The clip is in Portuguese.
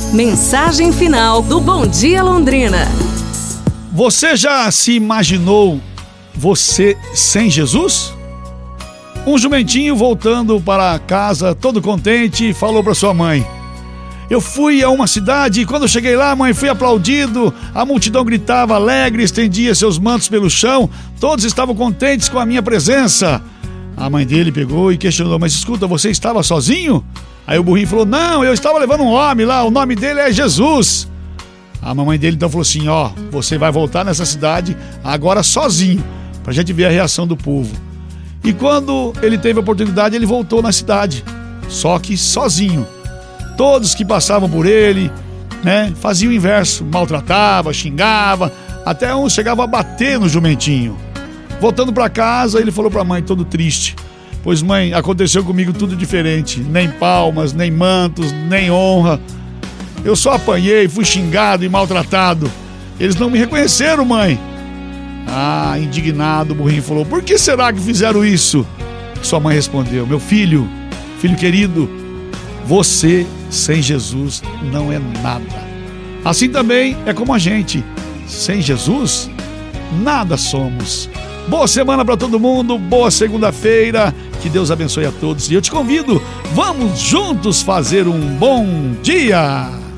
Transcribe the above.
Mensagem final do Bom Dia Londrina. Você já se imaginou você sem Jesus? Um jumentinho voltando para casa todo contente falou para sua mãe: eu fui a uma cidade e quando cheguei lá, mãe, fui aplaudido, a multidão gritava alegre, estendia seus mantos pelo chão, todos estavam contentes com a minha presença. A mãe dele pegou e questionou: mas escuta, você estava sozinho? Aí o burrinho falou: não, eu estava levando um homem lá, o nome dele é Jesus. A mamãe dele então falou assim: ó, você vai voltar nessa cidade agora sozinho, pra gente ver a reação do povo. E quando ele teve a oportunidade, ele voltou na cidade, só que sozinho. Todos que passavam por ele, faziam o inverso, maltratava, xingava, até uns chegavam a bater no jumentinho. Voltando para casa, ele falou para a mãe, todo triste: pois mãe, aconteceu comigo tudo diferente, nem palmas, nem mantos, nem honra. Eu só apanhei, fui xingado e maltratado. Eles não me reconheceram, mãe. Ah, indignado, o burrinho falou: por que será que fizeram isso? Sua mãe respondeu: meu filho querido, você sem Jesus não é nada. Assim também é como a gente, sem Jesus, nada somos. Boa semana para todo mundo, boa segunda-feira, que Deus abençoe a todos. E eu te convido, vamos juntos fazer um bom dia!